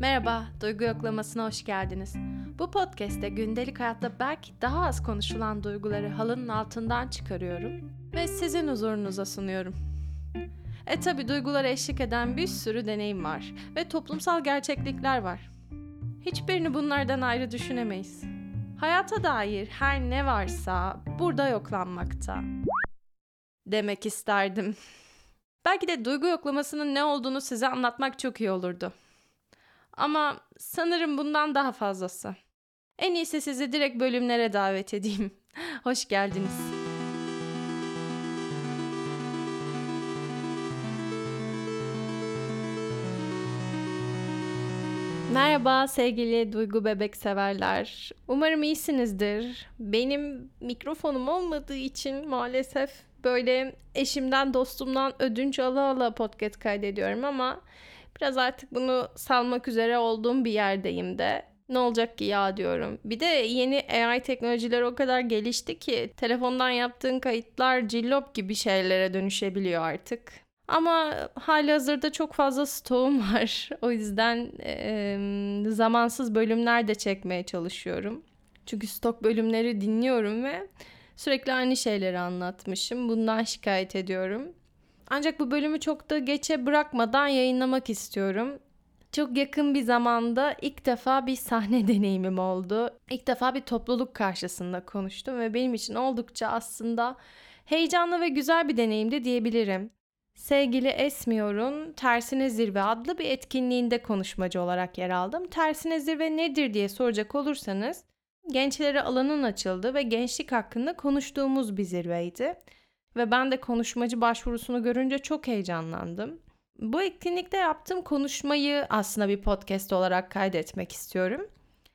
Merhaba, Duygu Yoklaması'na hoş geldiniz. Bu podcast'te gündelik hayatta belki daha az konuşulan duyguları halının altından çıkarıyorum ve sizin huzurunuza sunuyorum. Tabi duygulara eşlik eden bir sürü deneyim var ve toplumsal gerçeklikler var. Hiçbirini bunlardan ayrı düşünemeyiz. Hayata dair her ne varsa burada yoklanmakta demek isterdim. Belki de duygu yoklamasının ne olduğunu size anlatmak çok iyi olurdu. Ama sanırım bundan daha fazlası. En iyisi sizi direkt bölümlere davet edeyim. Hoş geldiniz. Merhaba sevgili duygu bebek severler. Umarım iyisinizdir. Benim mikrofonum olmadığı için maalesef böyle eşimden dostumdan ödünç ala podcast kaydediyorum ama biraz artık bunu salmak üzere olduğum bir yerdeyim de. Ne olacak ki ya diyorum. Bir de yeni AI teknolojileri o kadar gelişti ki telefondan yaptığın kayıtlar cillop gibi şeylere dönüşebiliyor artık. Ama halihazırda çok fazla stoğum var. O yüzden zamansız bölümler de çekmeye çalışıyorum. Çünkü stok bölümleri dinliyorum ve sürekli aynı şeyleri anlatmışım. Bundan şikayet ediyorum. Ancak bu bölümü çok da geçe bırakmadan yayınlamak istiyorum. Çok yakın bir zamanda ilk defa bir sahne deneyimim oldu. İlk defa bir topluluk karşısında konuştum ve benim için oldukça aslında heyecanlı ve güzel bir deneyimdi diyebilirim. Sevgili Esmiyor'un Tersine Zirve adlı bir etkinliğinde konuşmacı olarak yer aldım. Tersine Zirve nedir diye soracak olursanız, gençlere alanın açıldığı ve gençlik hakkında konuştuğumuz bir zirveydi. Ve ben de konuşmacı başvurusunu görünce çok heyecanlandım. Bu etkinlikte yaptığım konuşmayı aslında bir podcast olarak kaydetmek istiyorum.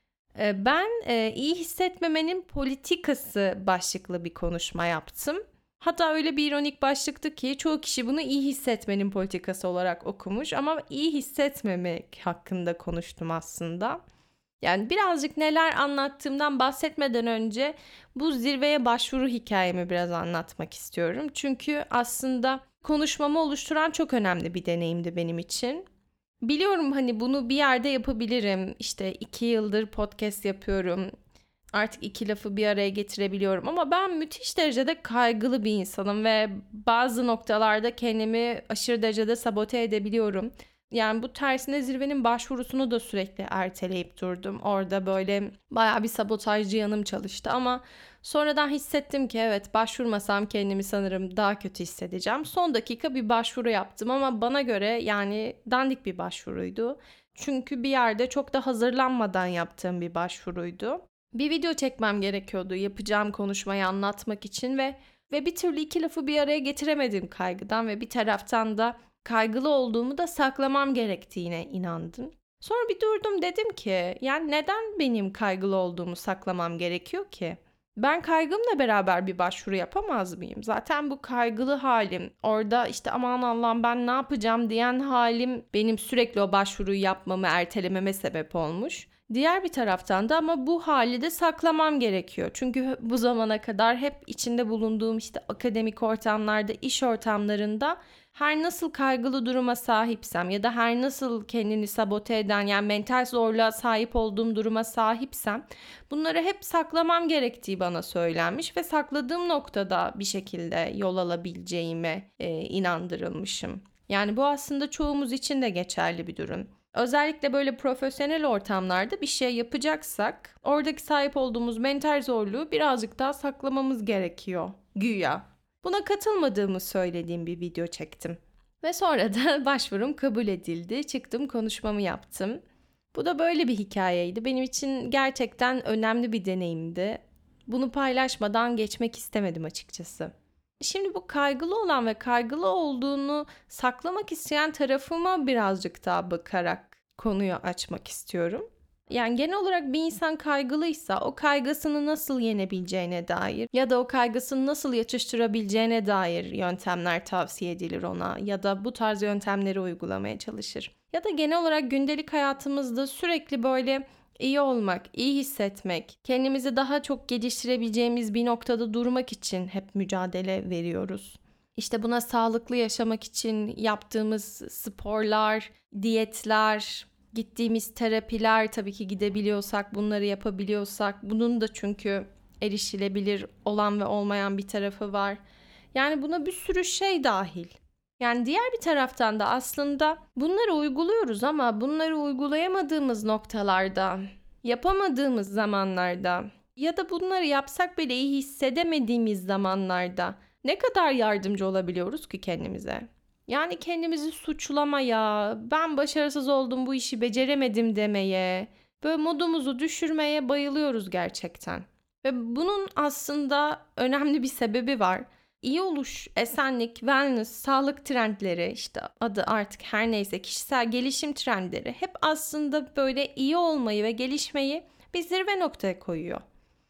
Ben iyi hissetmemenin politikası başlıklı bir konuşma yaptım. Hatta öyle bir ironik başlıktı ki çoğu kişi bunu iyi hissetmenin politikası olarak okumuş ama iyi hissetmemek hakkında konuştum aslında. Yani birazcık neler anlattığımdan bahsetmeden önce bu zirveye başvuru hikayemi biraz anlatmak istiyorum. Çünkü aslında konuşmamı oluşturan çok önemli bir deneyimdi benim için. Biliyorum hani bunu bir yerde yapabilirim. İşte 2 yıldır podcast yapıyorum. Artık iki lafı bir araya getirebiliyorum ama ben müthiş derecede kaygılı bir insanım ve bazı noktalarda kendimi aşırı derecede sabote edebiliyorum. Yani bu Tersine Zirvenin başvurusunu da sürekli erteleyip durdum. Orada böyle bayağı bir sabotajcı yanım çalıştı ama sonradan hissettim ki evet, başvurmasam kendimi sanırım daha kötü hissedeceğim. Son dakika bir başvuru yaptım ama bana göre yani dandik bir başvuruydu. Çünkü bir yerde çok da hazırlanmadan yaptığım bir başvuruydu. Bir video çekmem gerekiyordu yapacağım konuşmayı anlatmak için ve bir türlü iki lafı bir araya getiremedim kaygıdan ve bir taraftan da kaygılı olduğumu da saklamam gerektiğine inandım. Sonra bir durdum, dedim ki yani neden benim kaygılı olduğumu saklamam gerekiyor ki? Ben kaygımla beraber bir başvuru yapamaz mıyım? Zaten bu kaygılı halim, orada işte aman Allah'ım ben ne yapacağım diyen halim benim sürekli o başvuruyu yapmamı ertelememe sebep olmuş. Diğer bir taraftan da ama bu hali de saklamam gerekiyor. Çünkü bu zamana kadar hep içinde bulunduğum işte akademik ortamlarda, iş ortamlarında her nasıl kaygılı duruma sahipsem ya da her nasıl kendini sabote eden yani mental zorluğa sahip olduğum duruma sahipsem bunları hep saklamam gerektiği bana söylenmiş ve sakladığım noktada bir şekilde yol alabileceğime inandırılmışım. Yani bu aslında çoğumuz için de geçerli bir durum. Özellikle böyle profesyonel ortamlarda bir şey yapacaksak oradaki sahip olduğumuz mental zorluğu birazcık daha saklamamız gerekiyor güya. Buna katılmadığımı söylediğim bir video çektim. Ve sonra da başvurum kabul edildi. Çıktım, konuşmamı yaptım. Bu da böyle bir hikayeydi. Benim için gerçekten önemli bir deneyimdi. Bunu paylaşmadan geçmek istemedim açıkçası. Şimdi bu kaygılı olan ve kaygılı olduğunu saklamak isteyen tarafıma birazcık daha bakarak konuyu açmak istiyorum. Yani genel olarak bir insan kaygılıysa o kaygısını nasıl yenebileceğine dair ya da o kaygısını nasıl yatıştırabileceğine dair yöntemler tavsiye edilir ona ya da bu tarz yöntemleri uygulamaya çalışır. Ya da genel olarak gündelik hayatımızda sürekli böyle iyi olmak, iyi hissetmek, kendimizi daha çok geliştirebileceğimiz bir noktada durmak için hep mücadele veriyoruz. İşte buna sağlıklı yaşamak için yaptığımız sporlar, diyetler gittiğimiz terapiler, tabii ki gidebiliyorsak, bunları yapabiliyorsak, bunun da çünkü erişilebilir olan ve olmayan bir tarafı var. Yani buna bir sürü şey dahil. Yani diğer bir taraftan da aslında bunları uyguluyoruz ama bunları uygulayamadığımız noktalarda, yapamadığımız zamanlarda ya da bunları yapsak bile iyi hissedemediğimiz zamanlarda ne kadar yardımcı olabiliyoruz ki kendimize? Yani kendimizi suçlamaya, ben başarısız oldum, bu işi beceremedim demeye, böyle modumuzu düşürmeye bayılıyoruz gerçekten. Ve bunun aslında önemli bir sebebi var. İyi oluş, esenlik, wellness, sağlık trendleri, işte adı artık her neyse, kişisel gelişim trendleri hep aslında böyle iyi olmayı ve gelişmeyi bir zirve noktaya koyuyor.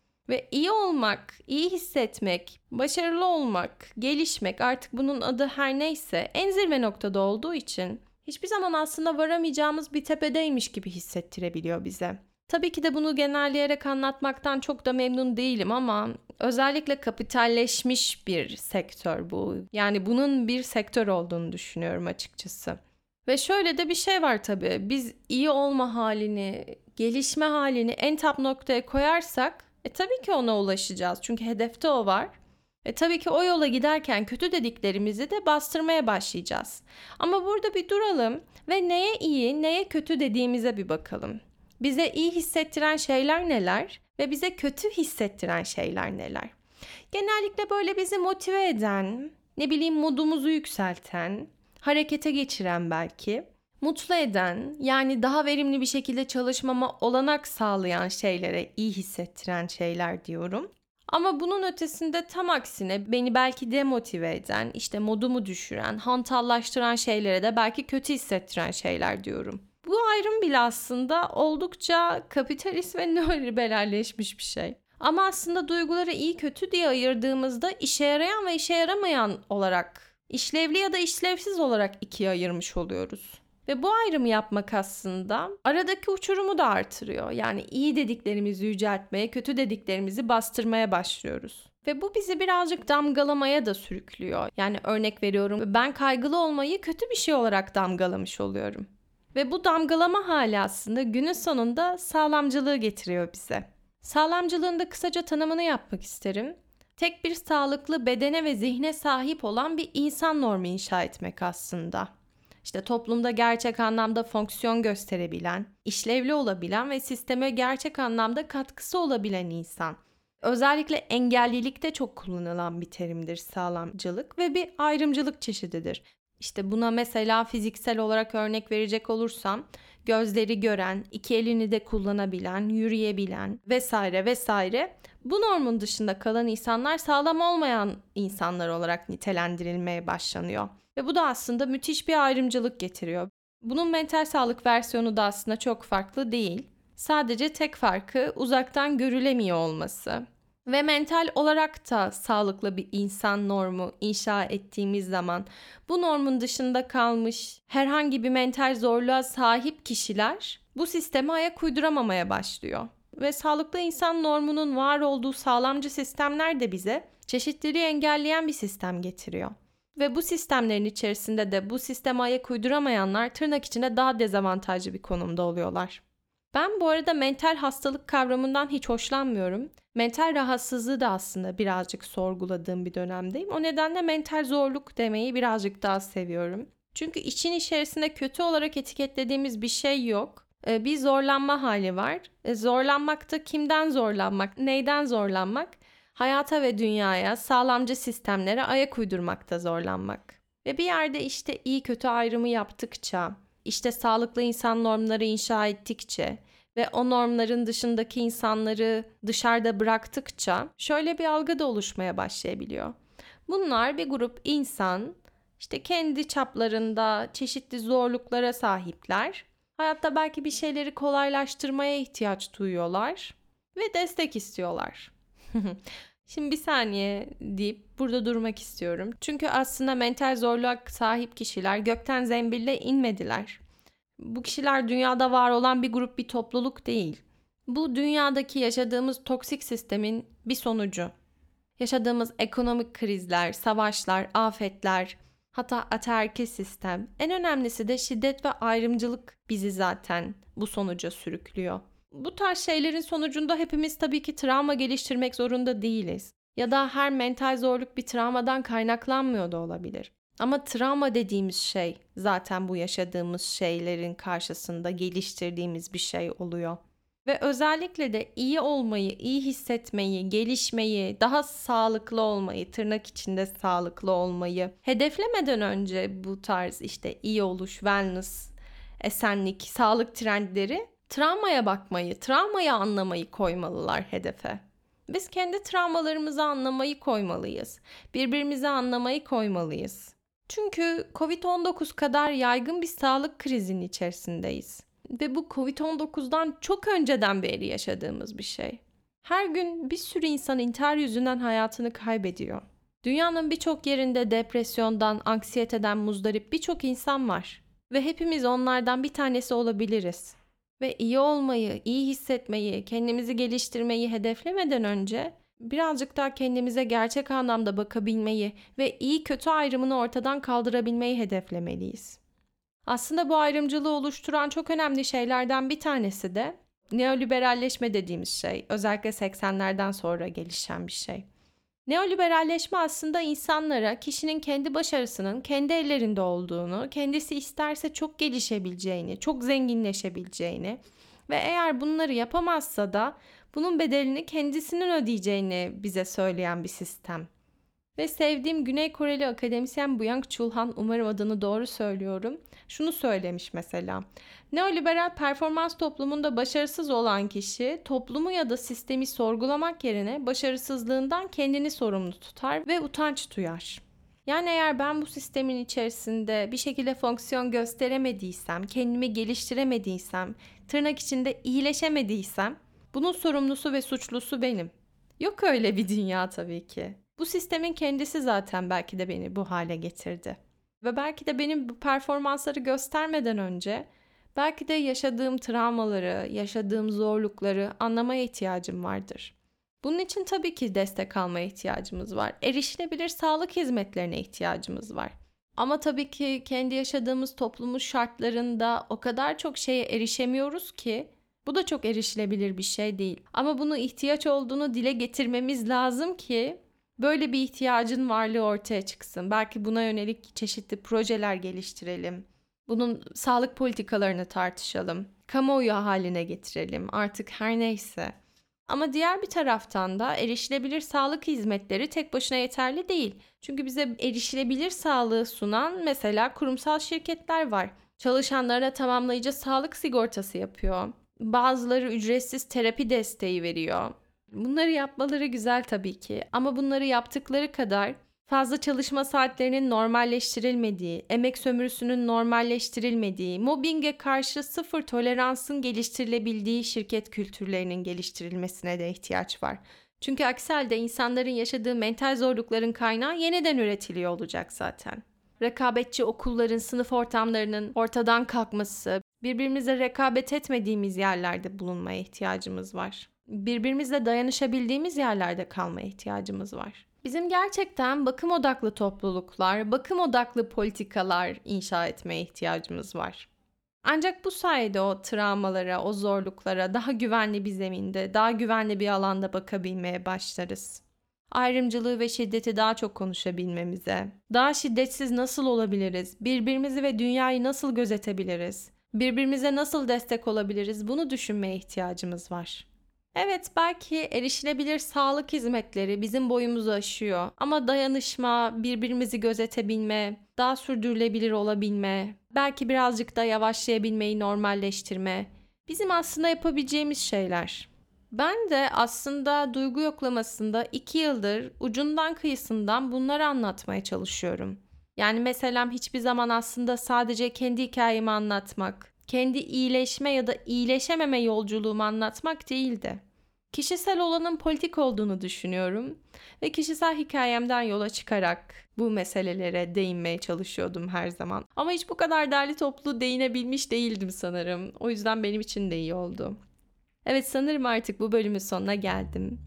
Ve iyi olmak, iyi hissetmek, başarılı olmak, gelişmek, artık bunun adı her neyse, en zirve noktada olduğu için hiçbir zaman aslında varamayacağımız bir tepedeymiş gibi hissettirebiliyor bize. Tabii ki de bunu genelleyerek anlatmaktan çok da memnun değilim ama özellikle kapitalleşmiş bir sektör bu. Yani bunun bir sektör olduğunu düşünüyorum açıkçası. Ve şöyle de bir şey var tabii. Biz iyi olma halini, gelişme halini en top noktaya koyarsak tabii ki ona ulaşacağız. Çünkü hedefte o var. Tabii ki o yola giderken kötü dediklerimizi de bastırmaya başlayacağız. Ama burada bir duralım ve neye iyi, neye kötü dediğimize bir bakalım. Bize iyi hissettiren şeyler neler ve bize kötü hissettiren şeyler neler? Genellikle böyle bizi motive eden, ne bileyim modumuzu yükselten, harekete geçiren belki, mutlu eden, yani daha verimli bir şekilde çalışmama olanak sağlayan şeylere iyi hissettiren şeyler diyorum. Ama bunun ötesinde tam aksine beni belki demotive eden, işte modumu düşüren, hantallaştıran şeylere de belki kötü hissettiren şeyler diyorum. Bu ayrım bile aslında oldukça kapitalist ve neoliberalleşmiş bir şey. Ama aslında duyguları iyi kötü diye ayırdığımızda işe yarayan ve işe yaramayan olarak, işlevli ya da işlevsiz olarak ikiye ayırmış oluyoruz. Ve bu ayrımı yapmak aslında aradaki uçurumu da artırıyor. Yani iyi dediklerimizi yüceltmeye, kötü dediklerimizi bastırmaya başlıyoruz. Ve bu bizi birazcık damgalamaya da sürüklüyor. Yani örnek veriyorum, ben kaygılı olmayı kötü bir şey olarak damgalamış oluyorum. Ve bu damgalama hali aslında günün sonunda sağlamcılığı getiriyor bize. Sağlamcılığın da kısaca tanımını yapmak isterim. Tek bir sağlıklı bedene ve zihne sahip olan bir insan normu inşa etmek aslında. İşte toplumda gerçek anlamda fonksiyon gösterebilen, işlevli olabilen ve sisteme gerçek anlamda katkısı olabilen insan. Özellikle engellilikte çok kullanılan bir terimdir sağlamcılık ve bir ayrımcılık çeşididir. İşte buna mesela fiziksel olarak örnek verecek olursam, gözleri gören, iki elini de kullanabilen, yürüyebilen vesaire vesaire, bu normun dışında kalan insanlar sağlam olmayan insanlar olarak nitelendirilmeye başlanıyor. Ve bu da aslında müthiş bir ayrımcılık getiriyor. Bunun mental sağlık versiyonu da aslında çok farklı değil. Sadece tek farkı uzaktan görülemiyor olması. Ve mental olarak da sağlıklı bir insan normu inşa ettiğimiz zaman bu normun dışında kalmış herhangi bir mental zorluğa sahip kişiler bu sisteme ayak uyduramamaya başlıyor. Ve sağlıklı insan normunun var olduğu sağlamcı sistemler de bize çeşitliliği engelleyen bir sistem getiriyor. Ve bu sistemlerin içerisinde de bu sisteme ayak uyduramayanlar tırnak içinde daha dezavantajlı bir konumda oluyorlar. Ben bu arada mental hastalık kavramından hiç hoşlanmıyorum. Mental rahatsızlığı da aslında birazcık sorguladığım bir dönemdeyim. O nedenle mental zorluk demeyi birazcık daha seviyorum. Çünkü için içerisinde kötü olarak etiketlediğimiz bir şey yok. Bir zorlanma hali var. Zorlanmakta kimden zorlanmak, neyden zorlanmak? Hayata ve dünyaya, sağlamcı sistemlere ayak uydurmakta zorlanmak. Ve bir yerde işte iyi kötü ayrımı yaptıkça, işte sağlıklı insan normları inşa ettikçe ve o normların dışındaki insanları dışarıda bıraktıkça şöyle bir algı da oluşmaya başlayabiliyor. Bunlar bir grup insan, işte kendi çaplarında çeşitli zorluklara sahipler. Hayatta belki bir şeyleri kolaylaştırmaya ihtiyaç duyuyorlar ve destek istiyorlar. Şimdi bir saniye deyip burada durmak istiyorum. Çünkü aslında mental zorluğa sahip kişiler gökten zembille inmediler. Bu kişiler dünyada var olan bir grup, bir topluluk değil. Bu dünyadaki yaşadığımız toksik sistemin bir sonucu. Yaşadığımız ekonomik krizler, savaşlar, afetler, Hatta ataerkil sistem. En önemlisi de şiddet ve ayrımcılık bizi zaten bu sonuca sürüklüyor. Bu tarz şeylerin sonucunda hepimiz tabii ki travma geliştirmek zorunda değiliz. Ya da her mental zorluk bir travmadan kaynaklanmıyor da olabilir. Ama travma dediğimiz şey zaten bu yaşadığımız şeylerin karşısında geliştirdiğimiz bir şey oluyor. Ve özellikle de iyi olmayı, iyi hissetmeyi, gelişmeyi, daha sağlıklı olmayı, tırnak içinde sağlıklı olmayı hedeflemeden önce bu tarz işte iyi oluş, wellness, esenlik, sağlık trendleri travmaya bakmayı, travmayı anlamayı koymalılar hedefe. Biz kendi travmalarımızı anlamayı koymalıyız. Birbirimizi anlamayı koymalıyız. Çünkü Covid-19 kadar yaygın bir sağlık krizinin içerisindeyiz. Ve bu Covid-19'dan çok önceden beri yaşadığımız bir şey. Her gün bir sürü insan intihar yüzünden hayatını kaybediyor. Dünyanın birçok yerinde depresyondan, anksiyeteden muzdarip birçok insan var. Ve hepimiz onlardan bir tanesi olabiliriz. Ve iyi olmayı, iyi hissetmeyi, kendimizi geliştirmeyi hedeflemeden önce birazcık daha kendimize gerçek anlamda bakabilmeyi ve iyi kötü ayrımını ortadan kaldırabilmeyi hedeflemeliyiz. Aslında bu ayrımcılığı oluşturan çok önemli şeylerden bir tanesi de neoliberalleşme dediğimiz şey. Özellikle 80'lerden sonra gelişen bir şey. Neoliberalleşme aslında insanlara kişinin kendi başarısının kendi ellerinde olduğunu, kendisi isterse çok gelişebileceğini, çok zenginleşebileceğini ve eğer bunları yapamazsa da bunun bedelini kendisinin ödeyeceğini bize söyleyen bir sistem. Ve sevdiğim Güney Koreli akademisyen Byung-Chul Han, umarım adını doğru söylüyorum, şunu söylemiş mesela. Neoliberal performans toplumunda başarısız olan kişi toplumu ya da sistemi sorgulamak yerine başarısızlığından kendini sorumlu tutar ve utanç duyar. Yani eğer ben bu sistemin içerisinde bir şekilde fonksiyon gösteremediysem, kendimi geliştiremediysem, tırnak içinde iyileşemediysem bunun sorumlusu ve suçlusu benim. Yok öyle bir dünya tabii ki. Bu sistemin kendisi zaten belki de beni bu hale getirdi. Ve belki de benim bu performansları göstermeden önce belki de yaşadığım travmaları, yaşadığım zorlukları anlamaya ihtiyacım vardır. Bunun için tabii ki destek almaya ihtiyacımız var. Erişilebilir sağlık hizmetlerine ihtiyacımız var. Ama tabii ki kendi yaşadığımız toplumun şartlarında o kadar çok şeye erişemiyoruz ki bu da çok erişilebilir bir şey değil. Ama bunu ihtiyaç olduğunu dile getirmemiz lazım ki böyle bir ihtiyacın varlığı ortaya çıksın. Belki buna yönelik çeşitli projeler geliştirelim. Bunun sağlık politikalarını tartışalım. Kamuoyu haline getirelim. Artık her neyse. Ama diğer bir taraftan da erişilebilir sağlık hizmetleri tek başına yeterli değil. Çünkü bize erişilebilir sağlığı sunan mesela kurumsal şirketler var. Çalışanlarına tamamlayıcı sağlık sigortası yapıyor. Bazıları ücretsiz terapi desteği veriyor. Bunları yapmaları güzel tabii ki ama bunları yaptıkları kadar fazla çalışma saatlerinin normalleştirilmediği, emek sömürüsünün normalleştirilmediği, mobbinge karşı sıfır toleransın geliştirilebildiği şirket kültürlerinin geliştirilmesine de ihtiyaç var. Çünkü aksi halde insanların yaşadığı mental zorlukların kaynağı yeniden üretiliyor olacak zaten. Rekabetçi okulların, sınıf ortamlarının ortadan kalkması, birbirimize rekabet etmediğimiz yerlerde bulunmaya ihtiyacımız var. Birbirimizle dayanışabildiğimiz yerlerde kalmaya ihtiyacımız var. Bizim gerçekten bakım odaklı topluluklar, bakım odaklı politikalar inşa etmeye ihtiyacımız var. Ancak bu sayede o travmalara, o zorluklara daha güvenli bir zeminde, daha güvenli bir alanda bakabilmeye başlarız. Ayrımcılığı ve şiddeti daha çok konuşabilmemize, daha şiddetsiz nasıl olabiliriz, birbirimizi ve dünyayı nasıl gözetebiliriz, birbirimize nasıl destek olabiliriz bunu düşünmeye ihtiyacımız var. Evet, belki erişilebilir sağlık hizmetleri bizim boyumuzu aşıyor ama dayanışma, birbirimizi gözetebilme, daha sürdürülebilir olabilme, belki birazcık da yavaşlayabilmeyi normalleştirme bizim aslında yapabileceğimiz şeyler. Ben de aslında duygu yoklamasında 2 yıldır ucundan kıyısından bunları anlatmaya çalışıyorum. Yani mesela hiçbir zaman aslında sadece kendi hikayemi anlatmak, kendi iyileşme ya da iyileşememe yolculuğumu anlatmak değildi. Kişisel olanın politik olduğunu düşünüyorum ve kişisel hikayemden yola çıkarak bu meselelere değinmeye çalışıyordum her zaman. Ama hiç bu kadar derli toplu değinebilmiş değildim sanırım. O yüzden benim için de iyi oldu. Evet, sanırım artık bu bölümün sonuna geldim.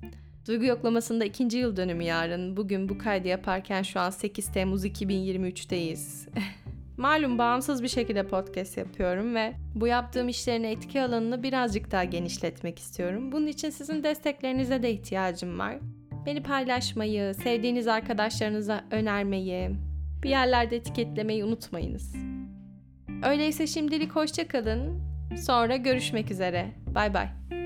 Duygu yoklamasında 2. yıl dönümü yarın. Bugün bu kaydı yaparken şu an 8 Temmuz 2023'teyiz. Malum bağımsız bir şekilde podcast yapıyorum ve bu yaptığım işlerin etki alanını birazcık daha genişletmek istiyorum. Bunun için sizin desteklerinize de ihtiyacım var. Beni paylaşmayı, sevdiğiniz arkadaşlarınıza önermeyi, bir yerlerde etiketlemeyi unutmayınız. Öyleyse şimdilik hoşça kalın. Sonra görüşmek üzere. Bay bay.